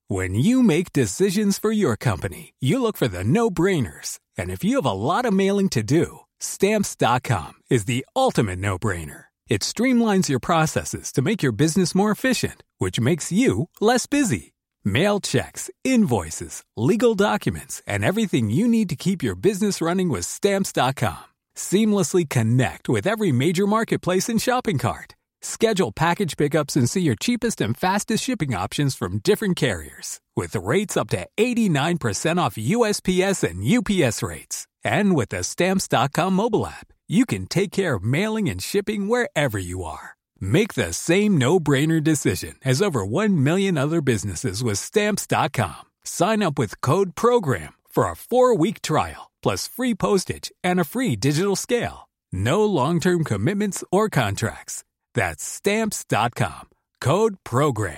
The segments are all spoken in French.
When you make decisions for your company, you look for the no-brainers. And if you have a lot of mailing to do, Stamps.com is the ultimate no-brainer. It streamlines your processes to make your business more efficient, which makes you less busy. Mail checks, invoices, legal documents, and everything you need to keep your business running with Stamps.com. Seamlessly connect with every major marketplace and shopping cart. Schedule package pickups and see your cheapest and fastest shipping options from different carriers. With rates up to 89% off USPS and UPS rates. And with the Stamps.com mobile app, you can take care of mailing and shipping wherever you are. Make the same no-brainer decision as over 1 million other businesses with Stamps.com. Sign up with code PROGRAM for a 4-week trial, plus free postage and a free digital scale. No long-term commitments or contracts. That's Stamps.com. Code PROGRAM.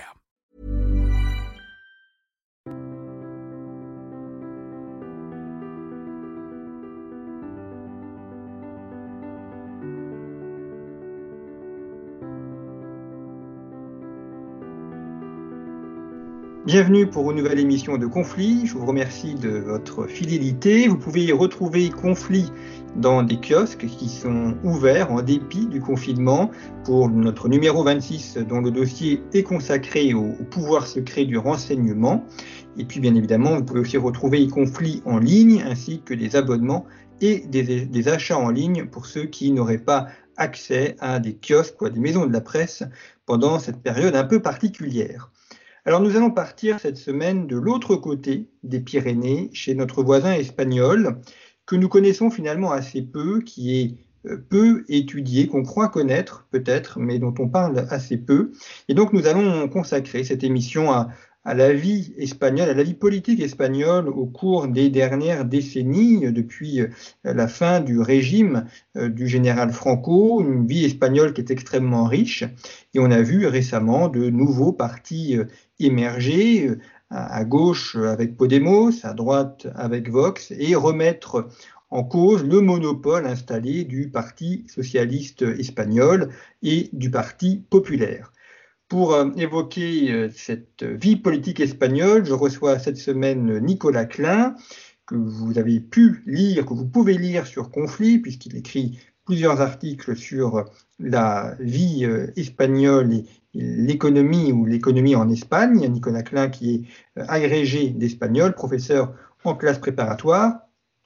Bienvenue pour une nouvelle émission de Conflit. Je vous remercie de votre fidélité. Vous pouvez retrouver Conflit dans des kiosques qui sont ouverts en dépit du confinement pour notre numéro 26 dont le dossier est consacré au pouvoir secret du renseignement. Et puis bien évidemment, vous pouvez aussi retrouver Conflit en ligne ainsi que des abonnements et des achats en ligne pour ceux qui n'auraient pas accès à des kiosques ou à des maisons de la presse pendant cette période un peu particulière. Alors nous allons partir cette semaine de l'autre côté des Pyrénées, chez notre voisin espagnol, que nous connaissons finalement assez peu, qui est peu étudié, qu'on croit connaître peut-être, mais dont on parle assez peu. Et donc nous allons consacrer cette émission à la vie espagnole, à la vie politique espagnole au cours des dernières décennies, depuis la fin du régime du général Franco, une vie espagnole qui est extrêmement riche. Et on a vu récemment de nouveaux partis émerger, à gauche avec Podemos, à droite avec Vox, et remettre en cause le monopole installé du Parti socialiste espagnol et du Parti populaire. Pour évoquer cette vie politique espagnole, je reçois cette semaine Nicolas Klein, que vous avez pu lire, que vous pouvez lire sur Conflit, puisqu'il écrit plusieurs articles sur la vie espagnole et l'économie ou l'économie en Espagne. Nicolas Klein qui est agrégé d'espagnol, professeur en classe préparatoire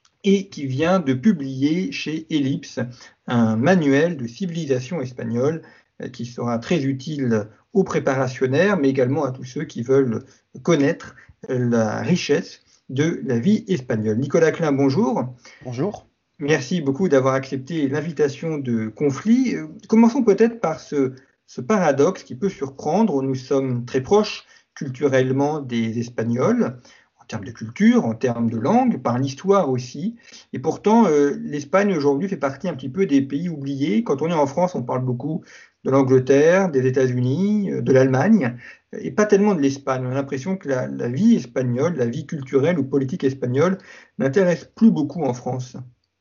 et qui vient de publier chez Ellipse un manuel de civilisation espagnole qui sera très utile aux préparationnaires, mais également à tous ceux qui veulent connaître la richesse de la vie espagnole. Nicolas Klein, bonjour. Bonjour. Merci beaucoup d'avoir accepté l'invitation de Conflit. Commençons peut-être par ce paradoxe qui peut surprendre. Nous sommes très proches culturellement des Espagnols, en termes de culture, en termes de langue, par l'histoire aussi. Et pourtant, l'Espagne aujourd'hui fait partie un petit peu des pays oubliés. Quand on est en France, on parle beaucoup de l'Angleterre, des États-Unis, de l'Allemagne, et pas tellement de l'Espagne. On a l'impression que la vie espagnole, la vie culturelle ou politique espagnole n'intéresse plus beaucoup en France.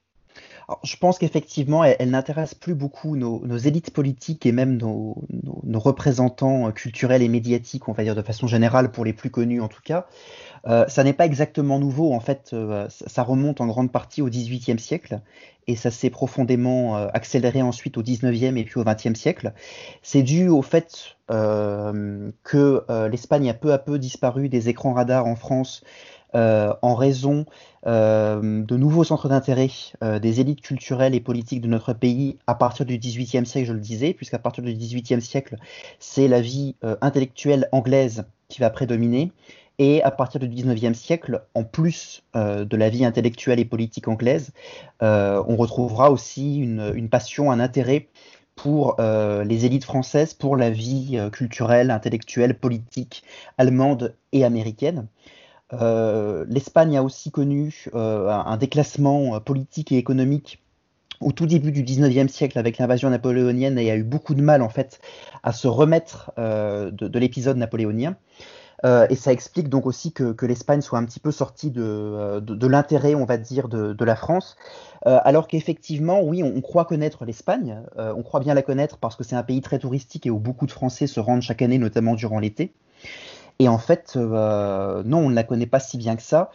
Alors, je pense qu'effectivement, elle n'intéresse plus beaucoup nos élites politiques et même nos représentants culturels et médiatiques, on va dire de façon générale, pour les plus connus en tout cas. Ça n'est pas exactement nouveau, en fait, ça remonte en grande partie au XVIIIe siècle et ça s'est profondément accéléré ensuite au XIXe et puis au XXe siècle. C'est dû au fait que l'Espagne a peu à peu disparu des écrans radars en France en raison de nouveaux centres d'intérêt des élites culturelles et politiques de notre pays à partir du XVIIIe siècle, je le disais, puisqu'à partir du XVIIIe siècle, c'est la vie intellectuelle anglaise qui va prédominer. Et à partir du XIXe siècle, en plus de la vie intellectuelle et politique anglaise, on retrouvera aussi une passion, un intérêt pour les élites françaises, pour la vie culturelle, intellectuelle, politique allemande et américaine. L'Espagne a aussi connu un déclassement politique et économique au tout début du XIXe siècle avec l'invasion napoléonienne et a eu beaucoup de mal en fait à se remettre de l'épisode napoléonien. Et ça explique donc aussi que l'Espagne soit un petit peu sortie de l'intérêt, on va dire, de la France. Alors qu'effectivement, oui, on croit connaître l'Espagne, on croit bien la connaître parce que c'est un pays très touristique et où beaucoup de Français se rendent chaque année, notamment durant l'été. Et en fait, non, on ne la connaît pas si bien que ça.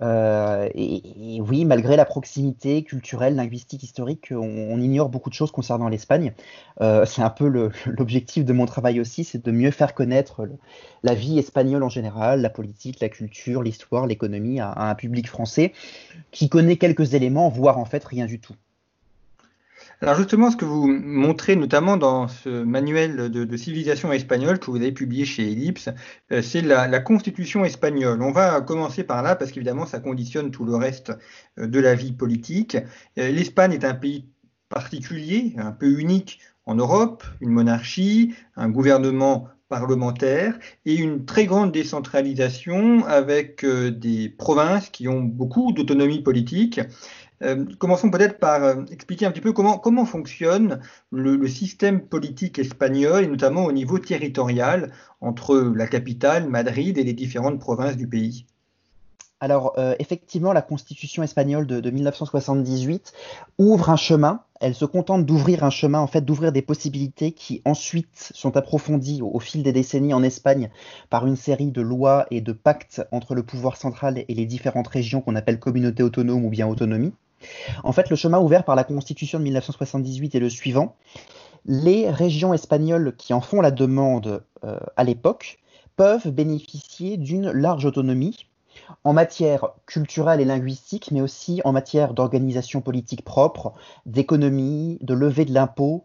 Et oui, malgré la proximité culturelle, linguistique, historique, on ignore beaucoup de choses concernant l'Espagne. C'est un peu l'objectif de mon travail aussi, c'est de mieux faire connaître la vie espagnole en général, la politique, la culture, l'histoire, l'économie à un public français qui connaît quelques éléments, voire en fait rien du tout. Alors justement, ce que vous montrez notamment dans ce manuel de civilisation espagnole que vous avez publié chez Ellipse, c'est la Constitution espagnole. On va commencer par là parce qu'évidemment, ça conditionne tout le reste de la vie politique. L'Espagne est un pays particulier, un peu unique en Europe, une monarchie, un gouvernement parlementaire et une très grande décentralisation avec des provinces qui ont beaucoup d'autonomie politique. Commençons peut-être par expliquer un petit peu comment fonctionne le système politique espagnol, et notamment au niveau territorial, entre la capitale, Madrid, et les différentes provinces du pays. Alors, effectivement, la Constitution espagnole de 1978 ouvre un chemin. Elle se contente d'ouvrir un chemin, en fait, d'ouvrir des possibilités qui ensuite sont approfondies au fil des décennies en Espagne par une série de lois et de pactes entre le pouvoir central et les différentes régions qu'on appelle communautés autonomes ou bien autonomies. En fait, le chemin ouvert par la Constitution de 1978 est le suivant. Les régions espagnoles qui en font la demande à l'époque peuvent bénéficier d'une large autonomie en matière culturelle et linguistique, mais aussi en matière d'organisation politique propre, d'économie, de levée de l'impôt,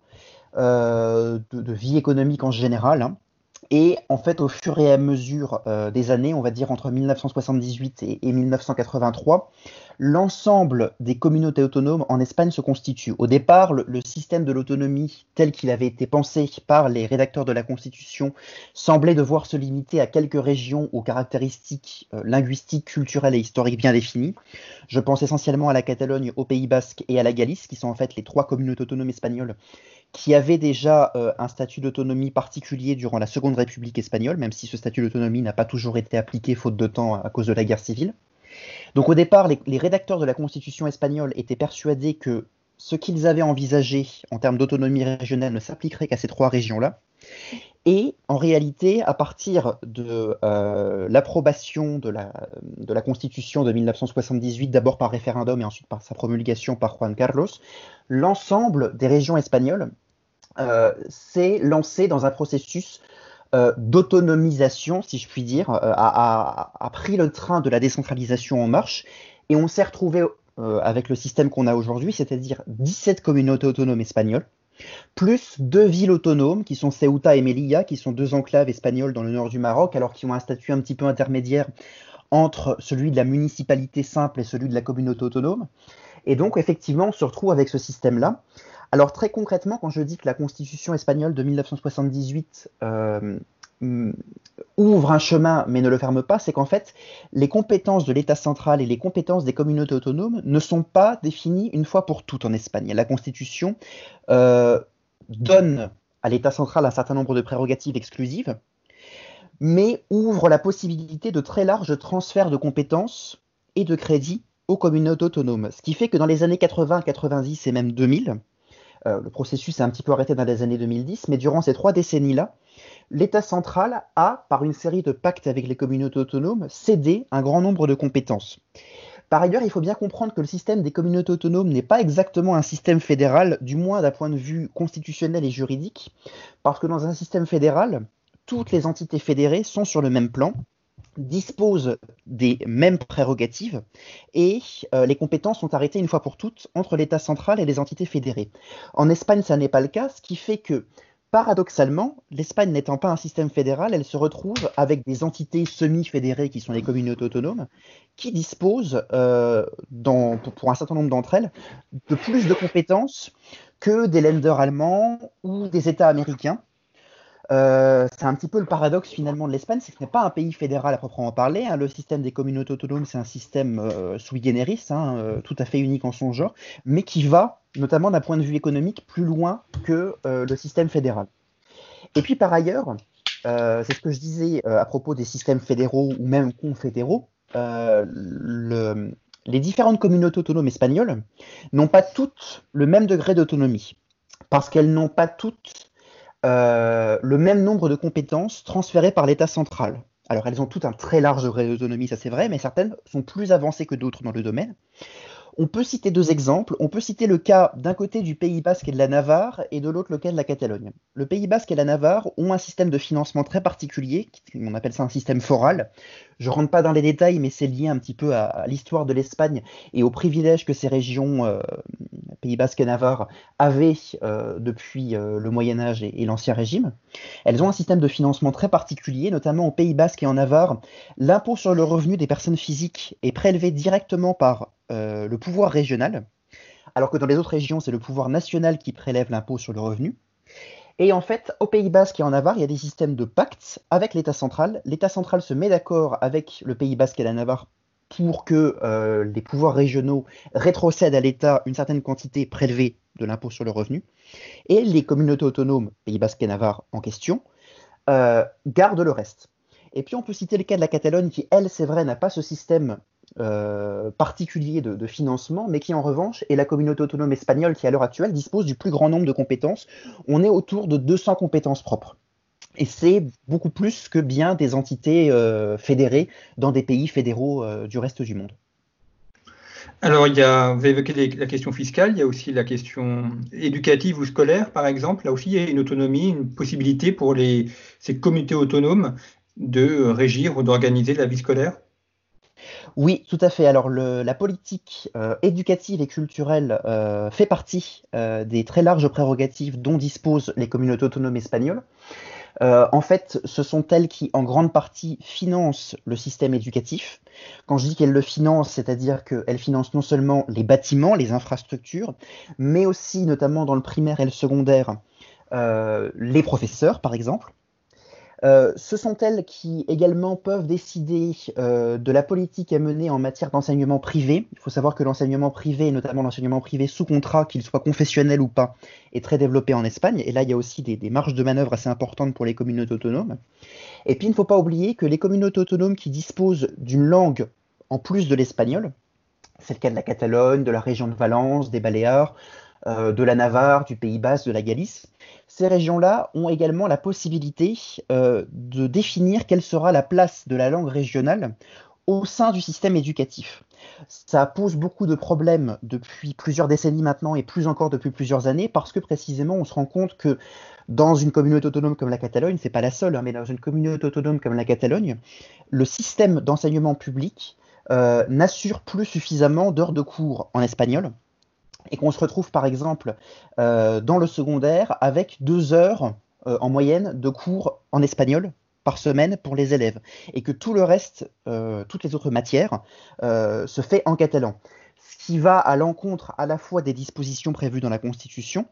de vie économique en général, hein. Et en fait, au fur et à mesure des années, on va dire entre 1978 et 1983, l'ensemble des communautés autonomes en Espagne se constitue. Au départ, le système de l'autonomie tel qu'il avait été pensé par les rédacteurs de la Constitution semblait devoir se limiter à quelques régions aux caractéristiques linguistiques, culturelles et historiques bien définies. Je pense essentiellement à la Catalogne, au Pays Basque et à la Galice, qui sont en fait les trois communautés autonomes espagnoles qui avait déjà un statut d'autonomie particulier durant la Seconde République espagnole, même si ce statut d'autonomie n'a pas toujours été appliqué faute de temps à cause de la guerre civile. Donc au départ, les rédacteurs de la Constitution espagnole étaient persuadés que ce qu'ils avaient envisagé en termes d'autonomie régionale ne s'appliquerait qu'à ces trois régions-là. Et en réalité, à partir de l'approbation de la Constitution de 1978, d'abord par référendum et ensuite par sa promulgation par Juan Carlos, l'ensemble des régions espagnoles s'est lancé dans un processus d'autonomisation, si je puis dire, a pris le train de la décentralisation en marche, et on s'est retrouvé avec le système qu'on a aujourd'hui, c'est-à-dire 17 communautés autonomes espagnoles, plus deux villes autonomes qui sont Ceuta et Melilla, qui sont deux enclaves espagnoles dans le nord du Maroc, alors qui ont un statut un petit peu intermédiaire entre celui de la municipalité simple et celui de la communauté autonome. Et donc, effectivement, on se retrouve avec ce système-là. Alors, très concrètement, quand je dis que la Constitution espagnole de 1978 ouvre un chemin mais ne le ferme pas, c'est qu'en fait, les compétences de l'État central et les compétences des communautés autonomes ne sont pas définies une fois pour toutes en Espagne. La Constitution donne à l'État central un certain nombre de prérogatives exclusives, mais ouvre la possibilité de très larges transferts de compétences et de crédits aux communautés autonomes. Ce qui fait que dans les années 80, 90 et même 2000, le processus s'est un petit peu arrêté dans les années 2010, mais durant ces 3 décennies-là, l'État central a, par une série de pactes avec les communautés autonomes, cédé un grand nombre de compétences. Par ailleurs, il faut bien comprendre que le système des communautés autonomes n'est pas exactement un système fédéral, du moins d'un point de vue constitutionnel et juridique, parce que dans un système fédéral, toutes les entités fédérées sont sur le même plan, disposent des mêmes prérogatives et les compétences sont arrêtées une fois pour toutes entre l'État central et les entités fédérées. En Espagne, ça n'est pas le cas, ce qui fait que, paradoxalement, l'Espagne n'étant pas un système fédéral, elle se retrouve avec des entités semi-fédérées qui sont les communautés autonomes, qui disposent, pour un certain nombre d'entre elles, de plus de compétences que des Länder allemands ou des États américains. C'est un petit peu le paradoxe finalement de l'Espagne, c'est que ce n'est pas un pays fédéral à proprement parler, hein. Le système des communautés autonomes, c'est un système sui generis, hein, tout à fait unique en son genre, mais qui va, notamment d'un point de vue économique, plus loin que le système fédéral. Et puis par ailleurs, c'est ce que je disais à propos des systèmes fédéraux ou même confédéraux, les différentes communautés autonomes espagnoles n'ont pas toutes le même degré d'autonomie, parce qu'elles n'ont pas toutes le même nombre de compétences transférées par l'État central. Alors, elles ont tout un très large degré d'autonomie, ça c'est vrai, mais certaines sont plus avancées que d'autres dans le domaine. On peut citer deux exemples. On peut citer le cas d'un côté du Pays Basque et de la Navarre et de l'autre le cas de la Catalogne. Le Pays Basque et la Navarre ont un système de financement très particulier, on appelle ça un système foral. Je ne rentre pas dans les détails, mais c'est lié un petit peu à l'histoire de l'Espagne et aux privilèges que ces régions, Pays Basque et Navarre, avaient depuis le Moyen Âge et l'Ancien Régime. Elles ont un système de financement très particulier, notamment au Pays Basque et en Navarre. L'impôt sur le revenu des personnes physiques est prélevé directement par le pouvoir régional, alors que dans les autres régions, c'est le pouvoir national qui prélève l'impôt sur le revenu. Et en fait, au Pays Basque et en Navarre, il y a des systèmes de pactes avec l'État central. L'État central se met d'accord avec le Pays Basque et la Navarre pour que les pouvoirs régionaux rétrocèdent à l'État une certaine quantité prélevée de l'impôt sur le revenu. Et les communautés autonomes, Pays Basque et Navarre en question, gardent le reste. Et puis on peut citer le cas de la Catalogne qui, elle, c'est vrai, n'a pas ce système particulier de financement, mais qui en revanche est la communauté autonome espagnole qui à l'heure actuelle dispose du plus grand nombre de compétences. On est autour de 200 compétences propres. Et c'est beaucoup plus que bien des entités fédérées dans des pays fédéraux du reste du monde. Alors, vous avez évoqué la question fiscale, il y a aussi la question éducative ou scolaire, par exemple. Là aussi, il y a une autonomie, une possibilité pour ces communautés autonomes de régir ou d'organiser la vie scolaire. Oui, tout à fait. Alors, la politique éducative et culturelle fait partie des très larges prérogatives dont disposent les communautés autonomes espagnoles. En fait, ce sont elles qui, en grande partie, financent le système éducatif. Quand je dis qu'elles le financent, c'est-à-dire qu'elles financent non seulement les bâtiments, les infrastructures, mais aussi, notamment dans le primaire et le secondaire, les professeurs, par exemple. Ce sont elles qui également peuvent décider de la politique à mener en matière d'enseignement privé. Il faut savoir que l'enseignement privé, notamment l'enseignement privé sous contrat, qu'il soit confessionnel ou pas, est très développé en Espagne. Et là, il y a aussi des marges de manœuvre assez importantes pour les communautés autonomes. Et puis, il ne faut pas oublier que les communautés autonomes qui disposent d'une langue en plus de l'espagnol, c'est le cas de la Catalogne, de la région de Valence, des Baléares, de la Navarre, du Pays Basque, de la Galice. Ces régions-là ont également la possibilité de définir quelle sera la place de la langue régionale au sein du système éducatif. Ça pose beaucoup de problèmes depuis plusieurs décennies maintenant et plus encore depuis plusieurs années parce que précisément on se rend compte que dans une communauté autonome comme la Catalogne, c'est pas la seule, hein, mais dans une communauté autonome comme la Catalogne, le système d'enseignement public n'assure plus suffisamment d'heures de cours en espagnol et qu'on se retrouve par exemple dans le secondaire avec 2 heures en moyenne de cours en espagnol par semaine pour les élèves et que tout le reste, toutes les autres matières, se fait en catalan. Ce qui va à l'encontre à la fois des dispositions prévues dans la Constitution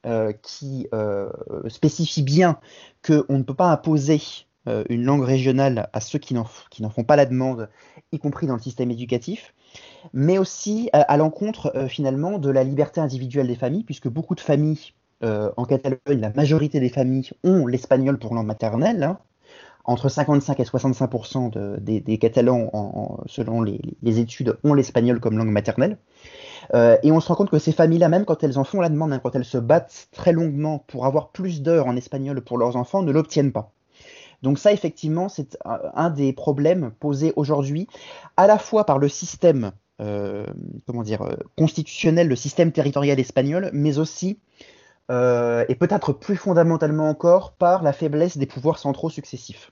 qui spécifient bien qu'on ne peut pas imposer une langue régionale à ceux qui n'en font pas la demande, y compris dans le système éducatif, mais aussi à l'encontre finalement de la liberté individuelle des familles, puisque beaucoup de familles en Catalogne, la majorité des familles ont l'espagnol pour langue maternelle, hein. Entre 55 et 65% des Catalans, selon les études, ont l'espagnol comme langue maternelle. Et on se rend compte que ces familles-là, même quand elles en font la demande, hein, quand elles se battent très longuement pour avoir plus d'heures en espagnol pour leurs enfants, ne l'obtiennent pas. Donc ça, effectivement, c'est un des problèmes posés aujourd'hui, à la fois par le système constitutionnel, le système territorial espagnol, mais aussi, et peut-être plus fondamentalement encore, par la faiblesse des pouvoirs centraux successifs.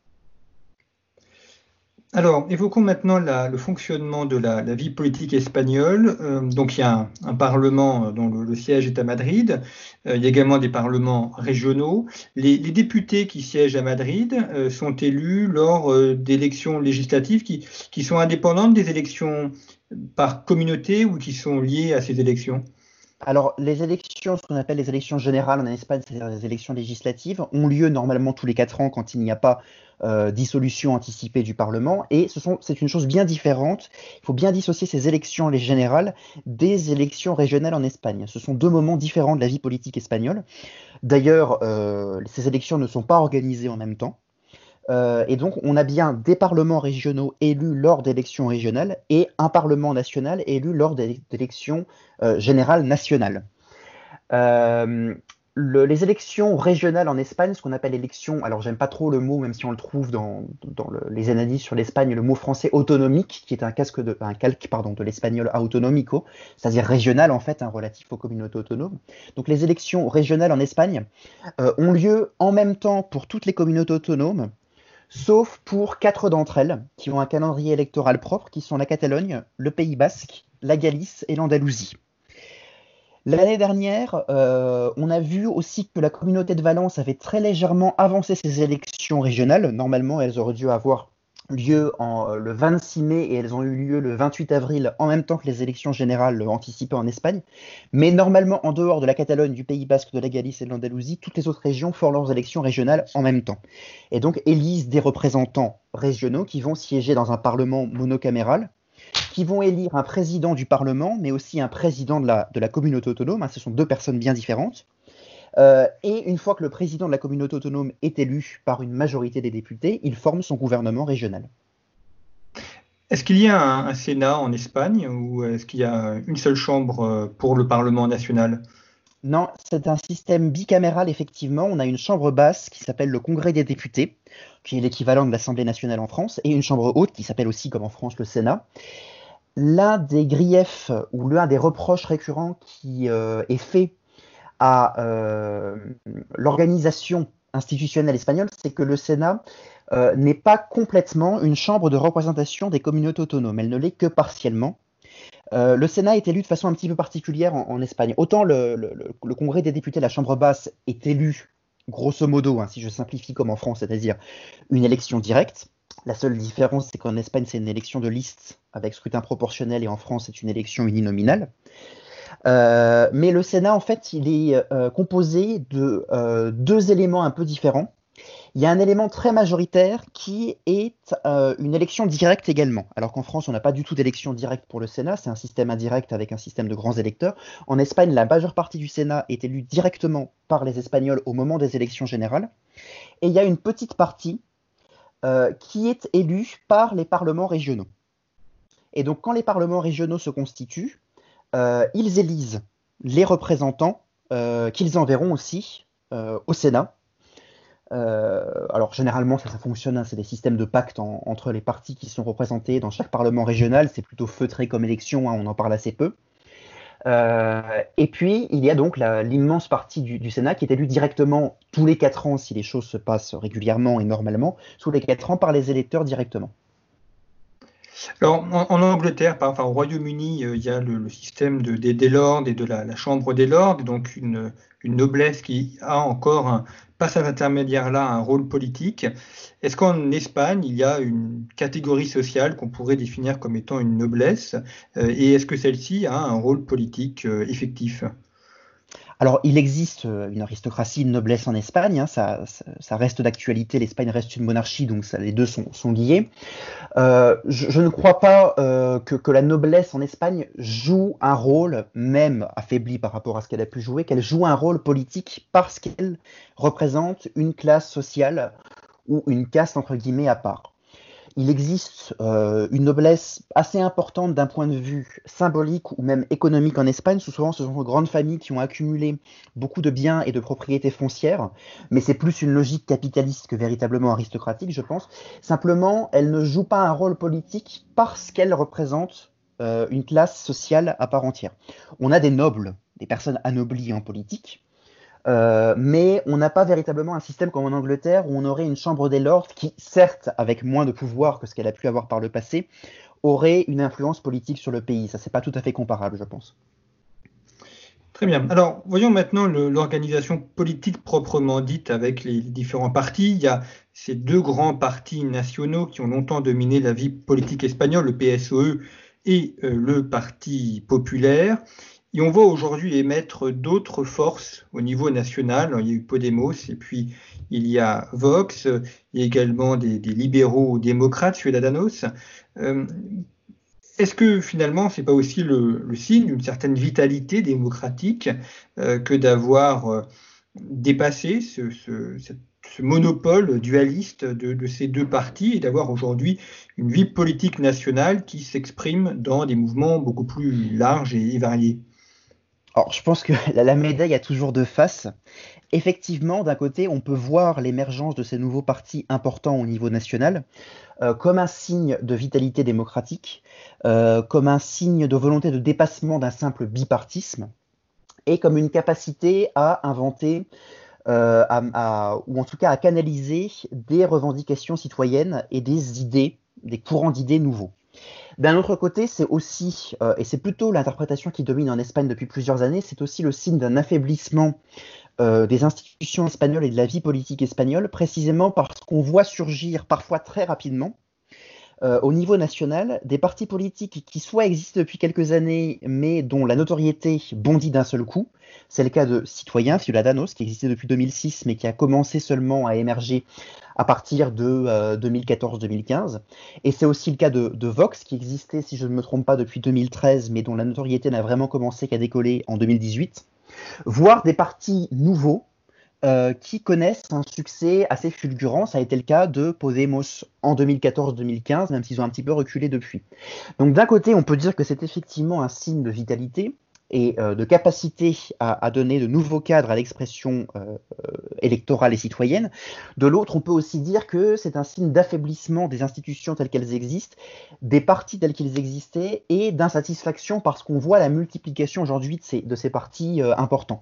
Alors, évoquons maintenant le fonctionnement de la vie politique espagnole. Donc, il y a un parlement dont le siège est à Madrid. Il y a également des parlements régionaux. Les députés qui siègent à Madrid sont élus lors d'élections législatives qui sont indépendantes des élections par communauté ou qui sont liées à ces élections. Alors, les élections, ce qu'on appelle les élections générales en Espagne, c'est-à-dire les élections législatives, ont lieu normalement tous les 4 ans quand il n'y a pas dissolution anticipée du Parlement. Et c'est une chose bien différente. Il faut bien dissocier ces élections les générales des élections régionales en Espagne. Ce sont 2 moments différents de la vie politique espagnole. D'ailleurs, ces élections ne sont pas organisées en même temps. Et donc, on a bien des parlements régionaux élus lors d'élections régionales et un parlement national élu lors d'élections générales nationales. les élections régionales en Espagne, ce qu'on appelle élections, alors j'aime pas trop le mot, même si on le trouve dans les analyses sur l'Espagne, le mot français autonomique, qui est un calque de l'espagnol autonómico, c'est-à-dire régional en fait, relatif aux communautés autonomes. Donc les élections régionales en Espagne ont lieu en même temps pour toutes les communautés autonomes, sauf pour 4 d'entre elles, qui ont un calendrier électoral propre, qui sont la Catalogne, le Pays Basque, la Galice et l'Andalousie. L'année dernière, on a vu aussi que la communauté de Valence avait très légèrement avancé ses élections régionales. Normalement, elles auraient dû avoir lieu le 26 mai et elles ont eu lieu le 28 avril en même temps que les élections générales anticipées en Espagne. Mais normalement, en dehors de la Catalogne, du Pays Basque, de la Galice et de l'Andalousie, toutes les autres régions font leurs élections régionales en même temps. Et donc élisent des représentants régionaux qui vont siéger dans un parlement monocaméral, qui vont élire un président du Parlement, mais aussi un président de la communauté autonome. Ce sont 2 personnes bien différentes. Et une fois que le président de la communauté autonome est élu par une majorité des députés, il forme son gouvernement régional. Est-ce qu'il y a un Sénat en Espagne ou est-ce qu'il y a une seule chambre pour le Parlement national ? Non, c'est un système bicaméral, effectivement. On a une chambre basse qui s'appelle le Congrès des députés, qui est l'équivalent de l'Assemblée nationale en France, et une chambre haute qui s'appelle aussi, comme en France, le Sénat. L'un des griefs ou l'un des reproches récurrents qui est fait à l'organisation institutionnelle espagnole, c'est que le Sénat n'est pas complètement une chambre de représentation des communautés autonomes. Elle ne l'est que partiellement. Le Sénat est élu de façon un petit peu particulière en Espagne. Autant le Congrès des députés, la chambre basse, est élu, grosso modo, si je simplifie comme en France, c'est-à-dire une élection directe. La seule différence, c'est qu'en Espagne, c'est une élection de liste avec scrutin proportionnel et en France, c'est une élection uninominale. Mais le Sénat, en fait, il est composé de 2 éléments un peu différents. Il y a un élément très majoritaire qui est une élection directe également. Alors qu'en France, on n'a pas du tout d'élection directe pour le Sénat, c'est un système indirect avec un système de grands électeurs. En Espagne, la majeure partie du Sénat est élue directement par les Espagnols au moment des élections générales. Et il y a une petite partie qui est élue par les parlements régionaux. Et donc, quand les parlements régionaux se constituent, ils élisent les représentants qu'ils enverront aussi au Sénat. Alors généralement ça fonctionne, c'est des systèmes de pacte entre les partis qui sont représentés dans chaque parlement régional, c'est plutôt feutré comme élection, on en parle assez peu. Et puis il y a donc l'immense partie du Sénat qui est élue directement tous les 4 ans si les choses se passent régulièrement et normalement, tous les 4 ans par les électeurs directement. Alors, en Angleterre, au Royaume-Uni, il y a le système des lords et de la Chambre des lords, donc une noblesse qui a encore, par cet intermédiaire-là, un rôle politique. Est-ce qu'en Espagne, il y a une catégorie sociale qu'on pourrait définir comme étant une noblesse, et est-ce que celle-ci a un rôle politique effectif ? Alors, il existe une aristocratie, une noblesse en Espagne, ça reste d'actualité, l'Espagne reste une monarchie, donc les deux sont liés. Je ne crois pas que la noblesse en Espagne joue un rôle, même affaibli par rapport à ce qu'elle a pu jouer, qu'elle joue un rôle politique parce qu'elle représente une classe sociale ou une caste entre guillemets à part. Il existe une noblesse assez importante d'un point de vue symbolique ou même économique en Espagne. Souvent, ce sont de grandes familles qui ont accumulé beaucoup de biens et de propriétés foncières, mais c'est plus une logique capitaliste que véritablement aristocratique, je pense. Simplement, elle ne joue pas un rôle politique parce qu'elle représente une classe sociale à part entière. On a des nobles, des personnes anoblies en politique, mais on n'a pas véritablement un système comme en Angleterre où on aurait une chambre des lords qui, certes, avec moins de pouvoir que ce qu'elle a pu avoir par le passé, aurait une influence politique sur le pays. Ça, c'est pas tout à fait comparable, je pense. Très bien. Alors, voyons maintenant l'organisation politique proprement dite avec les différents partis. Il y a ces 2 grands partis nationaux qui ont longtemps dominé la vie politique espagnole, le PSOE et le Parti populaire. Et on voit aujourd'hui émettre d'autres forces au niveau national. Alors, il y a eu Podemos et puis il y a Vox, il y a également des libéraux démocrates, Ciudadanos. Est-ce que finalement, ce n'est pas aussi le signe d'une certaine vitalité démocratique que d'avoir dépassé ce monopole dualiste de ces 2 partis et d'avoir aujourd'hui une vie politique nationale qui s'exprime dans des mouvements beaucoup plus larges et variés ? Alors, je pense que la médaille a toujours deux faces. Effectivement, d'un côté, on peut voir l'émergence de ces nouveaux partis importants au niveau national comme un signe de vitalité démocratique, comme un signe de volonté de dépassement d'un simple bipartisme, et comme une capacité à inventer, ou en tout cas à canaliser des revendications citoyennes et des idées, des courants d'idées nouveaux. D'un autre côté, c'est aussi, et c'est plutôt l'interprétation qui domine en Espagne depuis plusieurs années, c'est aussi le signe d'un affaiblissement des institutions espagnoles et de la vie politique espagnole, précisément parce qu'on voit surgir parfois très rapidement, au niveau national, des partis politiques qui soit existent depuis quelques années, mais dont la notoriété bondit d'un seul coup. C'est le cas de Citoyens, Ciudadanos, qui existait depuis 2006, mais qui a commencé seulement à émerger à partir de 2014-2015. Et c'est aussi le cas de Vox, qui existait, si je ne me trompe pas, depuis 2013, mais dont la notoriété n'a vraiment commencé qu'à décoller en 2018. Voire des partis nouveaux, qui connaissent un succès assez fulgurant. Ça a été le cas de Podemos en 2014-2015, même s'ils ont un petit peu reculé depuis. Donc d'un côté, on peut dire que c'est effectivement un signe de vitalité et de capacité à donner de nouveaux cadres à l'expression électorale et citoyenne. De l'autre, on peut aussi dire que c'est un signe d'affaiblissement des institutions telles qu'elles existent, des partis tels qu'ils existaient, et d'insatisfaction parce qu'on voit la multiplication aujourd'hui de ces partis importants.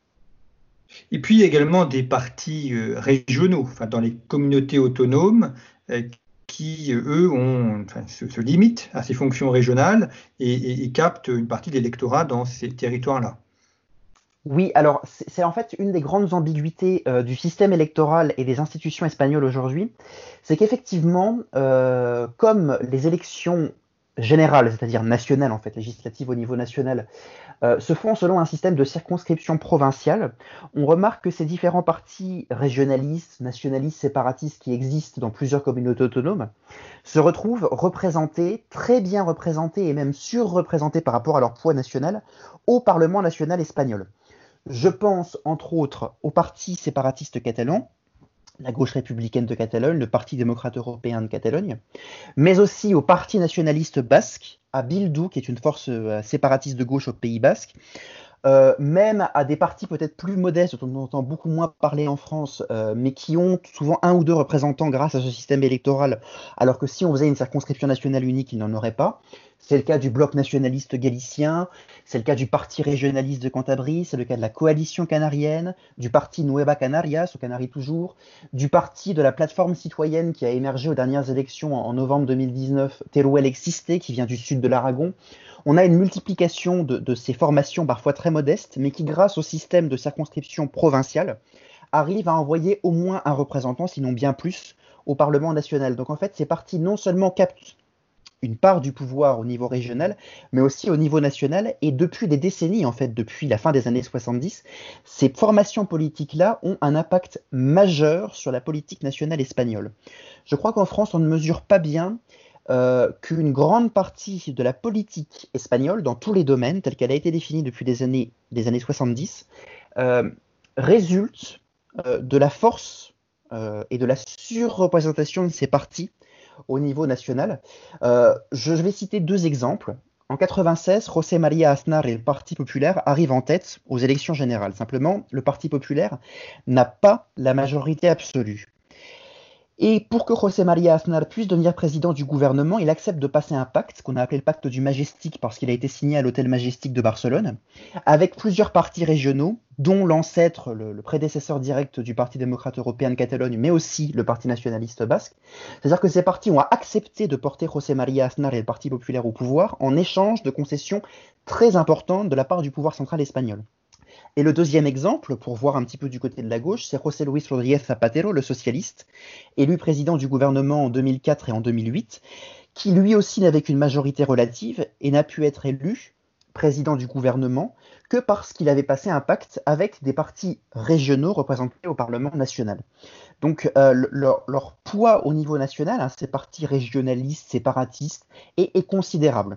Et puis également des partis régionaux, enfin, dans les communautés autonomes, qui, eux, se limitent à ces fonctions régionales et captent une partie de l'électorat dans ces territoires-là. Oui, alors c'est en fait une des grandes ambiguïtés du système électoral et des institutions espagnoles aujourd'hui, c'est qu'effectivement, comme les élections générales, c'est-à-dire nationales en fait, législatives au niveau national, se font selon un système de circonscription provinciale, on remarque que ces différents partis régionalistes, nationalistes, séparatistes qui existent dans plusieurs communautés autonomes se retrouvent représentés, très bien représentés et même surreprésentés par rapport à leur poids national au Parlement national espagnol. Je pense entre autres au parti séparatiste catalan, la gauche républicaine de Catalogne, le Parti démocrate européen de Catalogne, mais aussi au Parti nationaliste basque, à Bildu, qui est une force séparatiste de gauche au Pays basque, même à des partis peut-être plus modestes, dont on entend beaucoup moins parler en France, mais qui ont souvent un ou deux représentants grâce à ce système électoral, alors que si on faisait une circonscription nationale unique, il n'en aurait pas. C'est le cas du bloc nationaliste galicien, c'est le cas du parti régionaliste de Cantabrie, c'est le cas de la coalition canarienne, du parti Nueva Canarias, aux Canaries toujours, du parti de la plateforme citoyenne qui a émergé aux dernières élections en novembre 2019, Teruel Existe, qui vient du sud de l'Aragon. On a une multiplication de ces formations parfois très modestes, mais qui, grâce au système de circonscription provinciale, arrivent à envoyer au moins un représentant, sinon bien plus, au Parlement national. Donc en fait, ces partis non seulement captent une part du pouvoir au niveau régional, mais aussi au niveau national. Et depuis des décennies, en fait, depuis la fin des années 70, ces formations politiques-là ont un impact majeur sur la politique nationale espagnole. Je crois qu'en France, on ne mesure pas bien qu'une grande partie de la politique espagnole, dans tous les domaines, telle qu'elle a été définie depuis des années 70, résulte de la force et de la surreprésentation de ces partis au niveau national. Je vais citer deux exemples. En 96, José María Aznar et le Parti populaire arrivent en tête aux élections générales. Simplement, le Parti populaire n'a pas la majorité absolue. Et pour que José María Aznar puisse devenir président du gouvernement, il accepte de passer un pacte, qu'on a appelé le pacte du Majestic, parce qu'il a été signé à l'hôtel Majestic de Barcelone, avec plusieurs partis régionaux, dont l'ancêtre, le prédécesseur direct du Parti démocrate européen de Catalogne, mais aussi le Parti nationaliste basque. C'est-à-dire que ces partis ont accepté de porter José María Aznar et le Parti populaire au pouvoir en échange de concessions très importantes de la part du pouvoir central espagnol. Et le deuxième exemple, pour voir un petit peu du côté de la gauche, c'est José Luis Rodríguez Zapatero, le socialiste, élu président du gouvernement en 2004 et en 2008, qui lui aussi n'avait qu'une majorité relative et n'a pu être élu président du gouvernement que parce qu'il avait passé un pacte avec des partis régionaux représentés au Parlement national. Donc leur poids au niveau national, ces partis régionalistes, séparatistes, est considérable.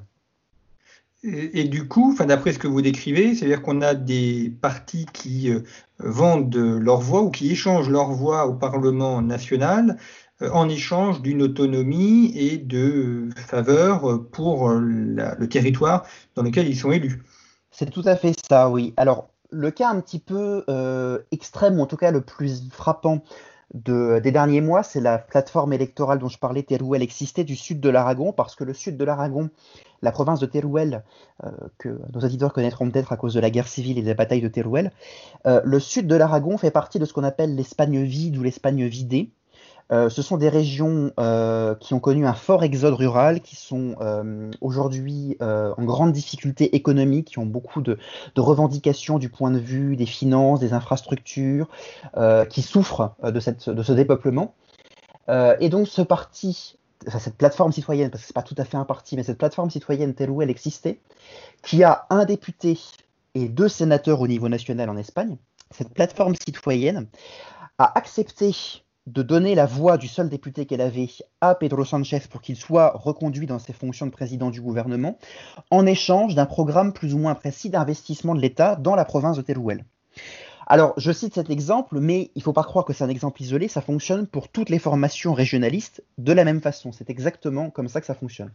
Et du coup, d'après ce que vous décrivez, c'est-à-dire qu'on a des partis qui vendent leur voix ou qui échangent leur voix au Parlement national en échange d'une autonomie et de faveur pour le territoire dans lequel ils sont élus. C'est tout à fait ça, oui. Alors, le cas un petit peu extrême, ou en tout cas le plus frappant des derniers mois, c'est la plateforme électorale dont je parlais, Teruel Existait, du sud de l'Aragon, parce que le sud de l'Aragon, la province de Teruel, que nos auditeurs connaîtront peut-être à cause de la guerre civile et des batailles de Teruel, le sud de l'Aragon fait partie de ce qu'on appelle l'Espagne vide ou l'Espagne vidée. Ce sont des régions qui ont connu un fort exode rural, qui sont aujourd'hui en grande difficulté économique, qui ont beaucoup de revendications du point de vue des finances, des infrastructures, qui souffrent de ce dépeuplement. Et donc ce parti, enfin, cette plateforme citoyenne, parce que ce n'est pas tout à fait un parti, mais cette plateforme citoyenne Teruel existait, qui a un député et 2 sénateurs au niveau national en Espagne. Cette plateforme citoyenne a accepté de donner la voix du seul député qu'elle avait à Pedro Sánchez pour qu'il soit reconduit dans ses fonctions de président du gouvernement, en échange d'un programme plus ou moins précis d'investissement de l'État dans la province de Teruel. Alors, je cite cet exemple, mais il ne faut pas croire que c'est un exemple isolé, ça fonctionne pour toutes les formations régionalistes de la même façon. C'est exactement comme ça que ça fonctionne.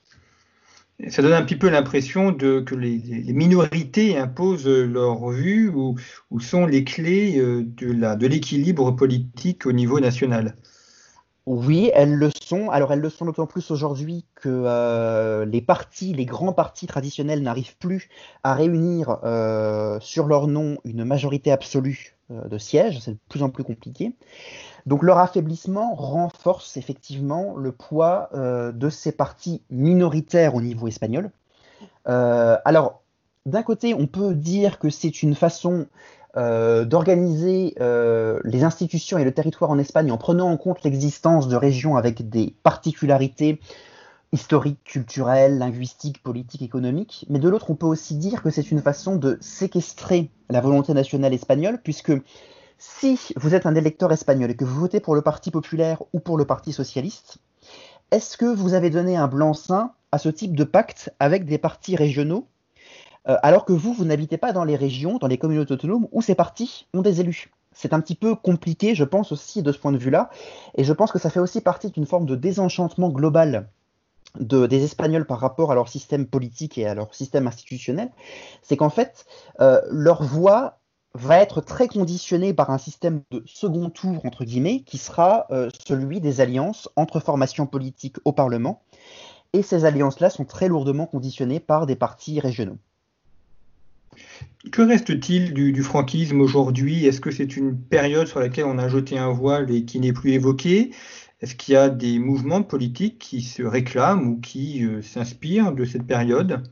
Ça donne un petit peu l'impression que les minorités imposent leur vue ou sont les clés de l'équilibre politique au niveau national. Oui, elles le sont. Alors, elles le sont d'autant plus aujourd'hui que les grands partis traditionnels n'arrivent plus à réunir sur leur nom une majorité absolue de sièges. C'est de plus en plus compliqué. Donc, leur affaiblissement renforce effectivement le poids de ces partis minoritaires au niveau espagnol. Alors, d'un côté, on peut dire que c'est une façon d'organiser les institutions et le territoire en Espagne en prenant en compte l'existence de régions avec des particularités historiques, culturelles, linguistiques, politiques, économiques. Mais de l'autre, on peut aussi dire que c'est une façon de séquestrer la volonté nationale espagnole, puisque si vous êtes un électeur espagnol et que vous votez pour le Parti populaire ou pour le Parti socialiste, est-ce que vous avez donné un blanc-seing à ce type de pacte avec des partis régionaux alors que vous n'habitez pas dans les régions, dans les communautés autonomes où ces partis ont des élus? C'est un petit peu compliqué, je pense aussi, de ce point de vue-là. Et je pense que ça fait aussi partie d'une forme de désenchantement global des Espagnols par rapport à leur système politique et à leur système institutionnel. C'est qu'en fait, leur voix va être très conditionnée par un système de second tour, entre guillemets, qui sera celui des alliances entre formations politiques au Parlement. Et ces alliances-là sont très lourdement conditionnées par des partis régionaux. Que reste-t-il du franquisme aujourd'hui? Est-ce que c'est une période sur laquelle on a jeté un voile et qui n'est plus évoquée? Est-ce qu'il y a des mouvements politiques qui se réclament ou qui s'inspirent de cette période?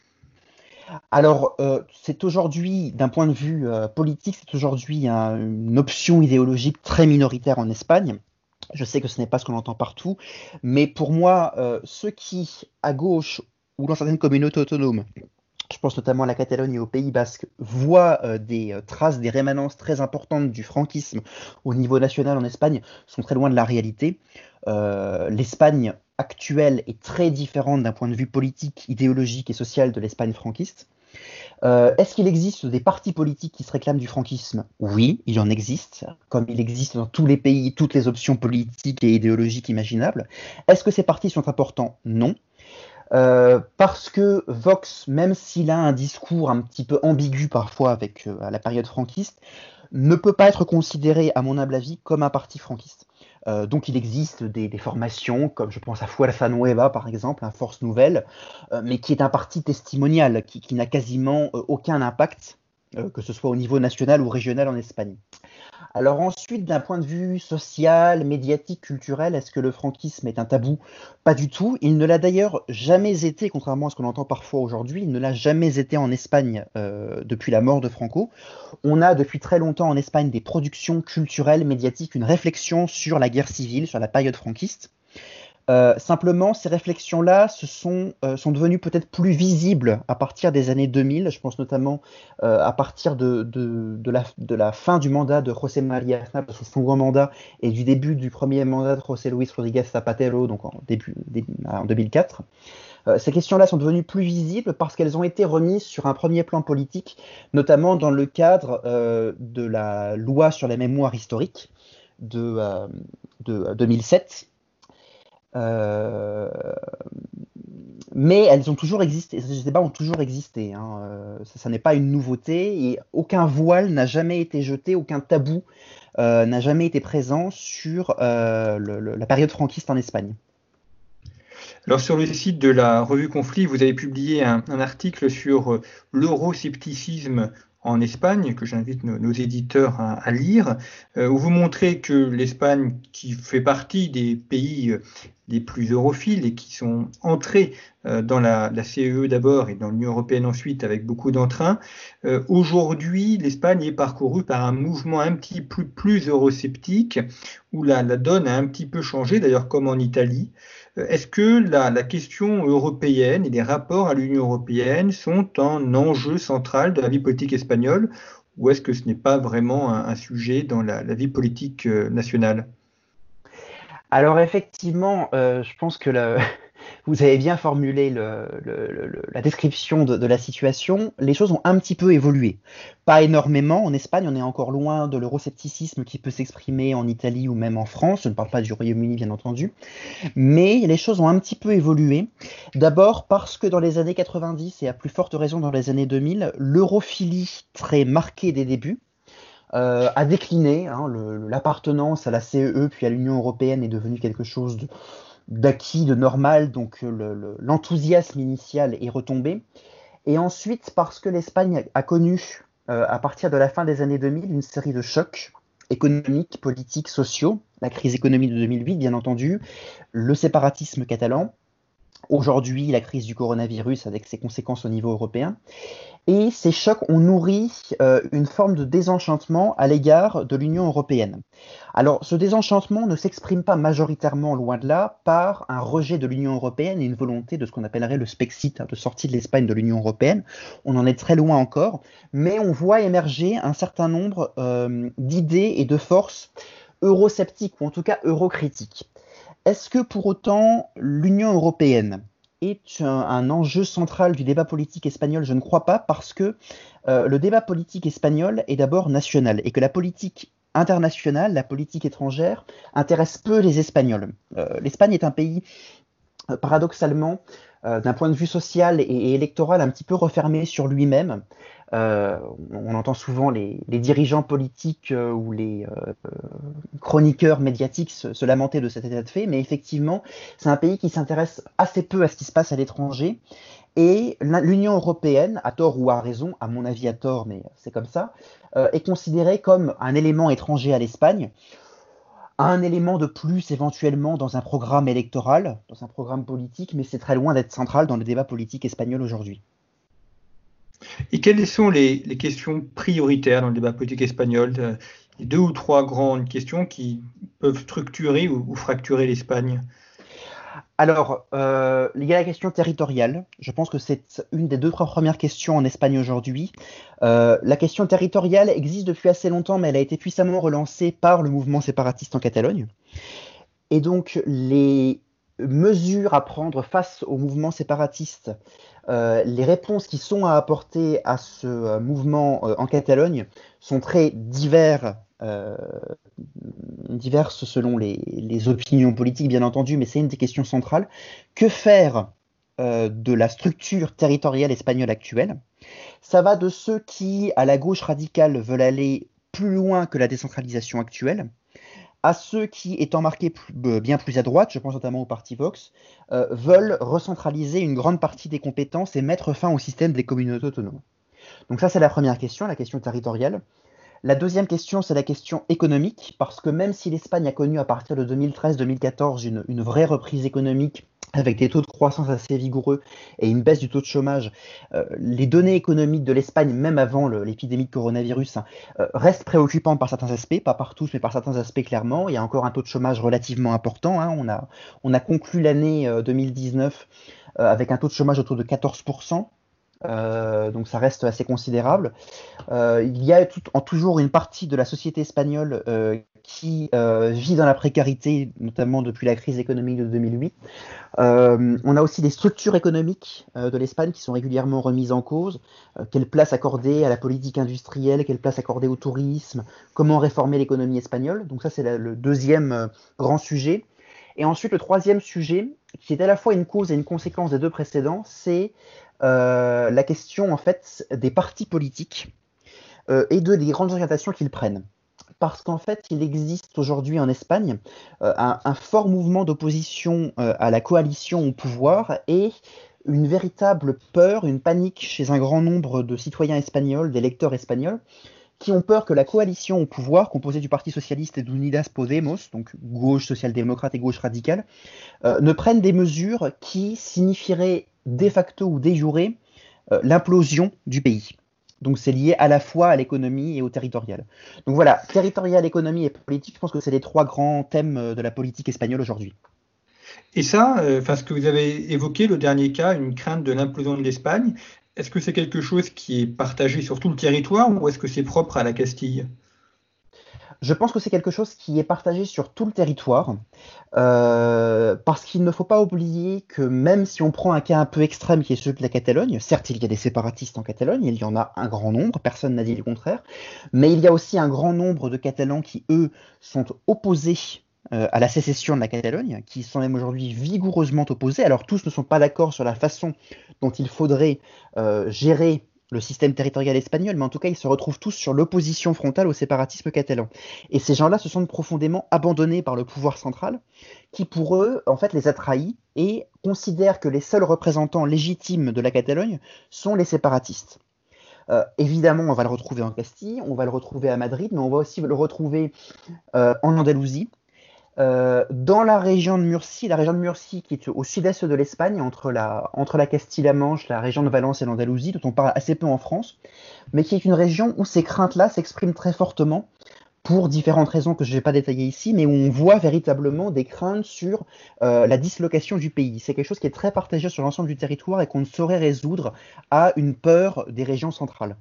Alors, c'est aujourd'hui, d'un point de vue politique, c'est aujourd'hui une option idéologique très minoritaire en Espagne. Je sais que ce n'est pas ce qu'on entend partout, mais pour moi, ceux qui, à gauche ou dans certaines communautés autonomes, je pense notamment à la Catalogne et au Pays Basque, voient des traces, des rémanences très importantes du franquisme au niveau national en Espagne, sont très loin de la réalité. L'Espagne actuelle est très différente d'un point de vue politique, idéologique et social de l'Espagne franquiste. Est-ce qu'il existe des partis politiques qui se réclament du franquisme? Oui, il en existe, comme il existe dans tous les pays, toutes les options politiques et idéologiques imaginables. Est-ce que ces partis sont importants? Non. Parce que Vox, même s'il a un discours un petit peu ambigu parfois avec à la période franquiste, ne peut pas être considéré, à mon humble avis, comme un parti franquiste. Donc il existe des formations, comme je pense à Fuerza Nueva par exemple, un Force Nouvelle, mais qui est un parti testimonial, qui n'a quasiment aucun impact, que ce soit au niveau national ou régional en Espagne. Alors ensuite, d'un point de vue social, médiatique, culturel, est-ce que le franquisme est un tabou? Pas du tout. Il ne l'a d'ailleurs jamais été, contrairement à ce qu'on entend parfois aujourd'hui, il ne l'a jamais été en Espagne depuis la mort de Franco. On a depuis très longtemps en Espagne des productions culturelles, médiatiques, une réflexion sur la guerre civile, sur la période franquiste. Simplement, ces réflexions-là sont devenues peut-être plus visibles à partir des années 2000. Je pense notamment à partir de la fin du mandat de José María Aznar, de son second mandat, et du début du premier mandat de José Luis Rodríguez Zapatero, donc en 2004. Ces questions-là sont devenues plus visibles parce qu'elles ont été remises sur un premier plan politique, notamment dans le cadre de la loi sur la mémoire historique de 2007. Mais elles ont toujours existé, ces débats ont toujours existé, hein. Ça n'est pas une nouveauté et aucun voile n'a jamais été jeté, aucun tabou n'a jamais été présent sur la période franquiste en Espagne. Alors sur le site de la revue Conflit, vous avez publié un article sur l'euroscepticisme en Espagne, que j'invite nos éditeurs à lire, où vous montrez que l'Espagne, qui fait partie des pays les plus europhiles et qui sont entrés dans la CEE d'abord et dans l'Union européenne ensuite avec beaucoup d'entrain, aujourd'hui l'Espagne est parcourue par un mouvement un petit peu plus eurosceptique, où la donne a un petit peu changé, d'ailleurs comme en Italie. Est-ce que la question européenne et les rapports à l'Union européenne sont un enjeu central de la vie politique espagnole, ou est-ce que ce n'est pas vraiment un sujet dans la vie politique nationale? Alors effectivement, je pense que vous avez bien formulé la description de la situation. Les choses ont un petit peu évolué. Pas énormément. En Espagne, on est encore loin de l'euroscepticisme qui peut s'exprimer en Italie ou même en France. Je ne parle pas du Royaume-Uni, bien entendu. Mais les choses ont un petit peu évolué. D'abord parce que dans les années 90 et à plus forte raison dans les années 2000, l'europhilie très marquée des débuts a décliné, hein. L'appartenance à la CEE puis à l'Union européenne est devenue quelque chose d'acquis, de normal, donc l'enthousiasme initial est retombé. Et ensuite, parce que l'Espagne a connu, à partir de la fin des années 2000, une série de chocs économiques, politiques, sociaux, la crise économique de 2008, bien entendu, le séparatisme catalan, aujourd'hui la crise du coronavirus avec ses conséquences au niveau européen. Et ces chocs ont nourri une forme de désenchantement à l'égard de l'Union européenne. Alors, ce désenchantement ne s'exprime pas majoritairement, loin de là, par un rejet de l'Union européenne et une volonté de ce qu'on appellerait le Spexit, hein, de sortie de l'Espagne de l'Union européenne. On en est très loin encore, mais on voit émerger un certain nombre d'idées et de forces eurosceptiques, ou en tout cas eurocritiques. Est-ce que pour autant l'Union européenne est un enjeu central du débat politique espagnol? Je ne crois pas, parce que le débat politique espagnol est d'abord national et que la politique internationale, la politique étrangère, intéresse peu les Espagnols. L'Espagne est un pays, paradoxalement, d'un point de vue social et électoral, un petit peu refermé sur lui-même. On entend souvent les dirigeants politiques ou les chroniqueurs médiatiques se lamenter de cet état de fait, mais effectivement, c'est un pays qui s'intéresse assez peu à ce qui se passe à l'étranger. Et l'Union européenne, à tort ou à raison, à mon avis à tort, mais c'est comme ça, est considérée comme un élément étranger à l'Espagne, un élément de plus éventuellement dans un programme électoral, dans un programme politique, mais c'est très loin d'être central dans le débat politique espagnol aujourd'hui. Et quelles sont les questions prioritaires dans le débat politique espagnol? Les 2 ou 3 grandes questions qui peuvent structurer ou fracturer l'Espagne? Alors, il y a la question territoriale. Je pense que c'est une des 2-3 premières questions en Espagne aujourd'hui. La question territoriale existe depuis assez longtemps, mais elle a été puissamment relancée par le mouvement séparatiste en Catalogne. Et donc, les mesures à prendre face au mouvement séparatiste, les réponses qui sont à apporter à ce mouvement en Catalogne sont très diverses selon les opinions politiques, bien entendu, mais c'est une des questions centrales. Que faire de la structure territoriale espagnole actuelle? Ça va de ceux qui, à la gauche radicale, veulent aller plus loin que la décentralisation actuelle, à ceux qui, étant marqués bien plus à droite, je pense notamment au parti Vox, veulent recentraliser une grande partie des compétences et mettre fin au système des communautés autonomes. Donc ça, c'est la première question, la question territoriale. La deuxième question, c'est la question économique, parce que même si l'Espagne a connu à partir de 2013-2014 une vraie reprise économique avec des taux de croissance assez vigoureux et une baisse du taux de chômage, les données économiques de l'Espagne, même avant l'épidémie de coronavirus, restent préoccupantes par certains aspects, pas par tous, mais par certains aspects clairement. Il y a encore un taux de chômage relativement important, hein. On a conclu l'année 2019 avec un taux de chômage autour de 14%. Donc ça reste assez considérable. Il y a toujours une partie de la société espagnole qui vit dans la précarité, notamment depuis la crise économique de 2008. On a aussi des structures économiques de l'Espagne qui sont régulièrement remises en cause. Quelle place accorder à la politique industrielle, quelle place accorder au tourisme, comment réformer l'économie espagnole. Donc ça, c'est le deuxième grand sujet. Et ensuite, le troisième sujet, qui est à la fois une cause et une conséquence des deux précédents, c'est la question en fait des partis politiques et des grandes orientations qu'ils prennent. Parce qu'en fait, il existe aujourd'hui en Espagne un fort mouvement d'opposition à la coalition au pouvoir et une véritable peur, une panique chez un grand nombre de citoyens espagnols, d'électeurs espagnols, qui ont peur que la coalition au pouvoir, composée du Parti socialiste et d'Unidas Podemos, donc gauche social-démocrate et gauche radicale, ne prenne des mesures qui signifieraient de facto ou de jure l'implosion du pays. Donc c'est lié à la fois à l'économie et au territorial. Donc voilà, territorial, économie et politique, je pense que c'est les trois grands thèmes de la politique espagnole aujourd'hui. Et ça, ce que vous avez évoqué, le dernier cas, une crainte de l'implosion de l'Espagne, est-ce que c'est quelque chose qui est partagé sur tout le territoire ou est-ce que c'est propre à la Castille ? Je pense que c'est quelque chose qui est partagé sur tout le territoire, parce qu'il ne faut pas oublier que même si on prend un cas un peu extrême qui est celui de la Catalogne, certes il y a des séparatistes en Catalogne, il y en a un grand nombre, personne n'a dit le contraire, mais il y a aussi un grand nombre de Catalans qui, eux, sont opposés à la sécession de la Catalogne, qui sont même aujourd'hui vigoureusement opposés. Alors tous ne sont pas d'accord sur la façon dont il faudrait gérer le système territorial espagnol, mais en tout cas, ils se retrouvent tous sur l'opposition frontale au séparatisme catalan. Et ces gens-là se sentent profondément abandonnés par le pouvoir central, qui pour eux, en fait, les a trahis et considèrent que les seuls représentants légitimes de la Catalogne sont les séparatistes. Évidemment, on va le retrouver en Castille, on va le retrouver à Madrid, mais on va aussi le retrouver en Andalousie, dans la région de Murcie qui est au sud-est de l'Espagne, entre la Castille-La Manche, la région de Valence et l'Andalousie, dont on parle assez peu en France, mais qui est une région où ces craintes-là s'expriment très fortement pour différentes raisons que je ne vais pas détailler ici, mais où on voit véritablement des craintes sur la dislocation du pays. C'est quelque chose qui est très partagé sur l'ensemble du territoire et qu'on ne saurait résoudre à une peur des régions centrales.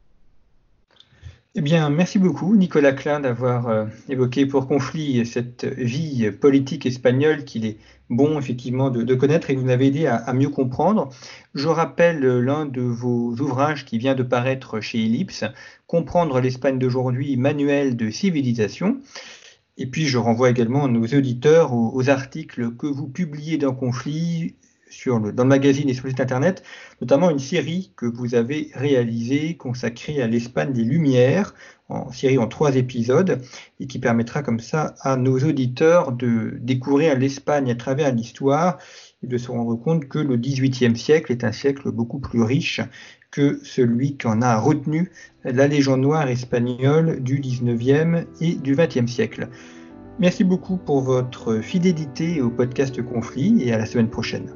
Eh bien, merci beaucoup, Nicolas Klein, d'avoir évoqué pour Conflit cette vie politique espagnole qu'il est bon, effectivement, de connaître et que vous nous avez aidé à mieux comprendre. Je rappelle l'un de vos ouvrages qui vient de paraître chez Ellipse, Comprendre l'Espagne d'aujourd'hui, manuel de civilisation. Et puis, je renvoie également nos auditeurs aux articles que vous publiez dans Conflit, dans le magazine et sur le site internet, notamment une série que vous avez réalisée consacrée à l'Espagne des Lumières, série en 3 épisodes, et qui permettra comme ça à nos auditeurs de découvrir l'Espagne à travers l'histoire et de se rendre compte que le XVIIIe siècle est un siècle beaucoup plus riche que celui qu'en a retenu la Légion noire espagnole du XIXe et du XXe siècle. Merci beaucoup pour votre fidélité au podcast Conflit et à la semaine prochaine.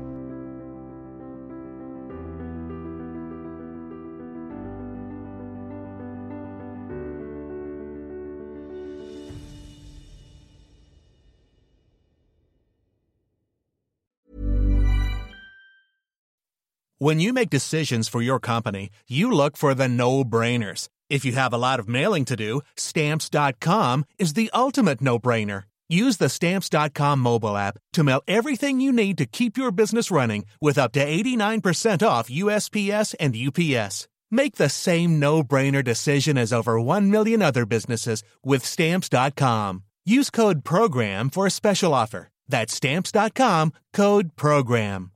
When you make decisions for your company, you look for the no-brainers. If you have a lot of mailing to do, Stamps.com is the ultimate no-brainer. Use the Stamps.com mobile app to mail everything you need to keep your business running with up to 89% off USPS and UPS. Make the same no-brainer decision as over 1 million other businesses with Stamps.com. Use code PROGRAM for a special offer. That's Stamps.com, code PROGRAM.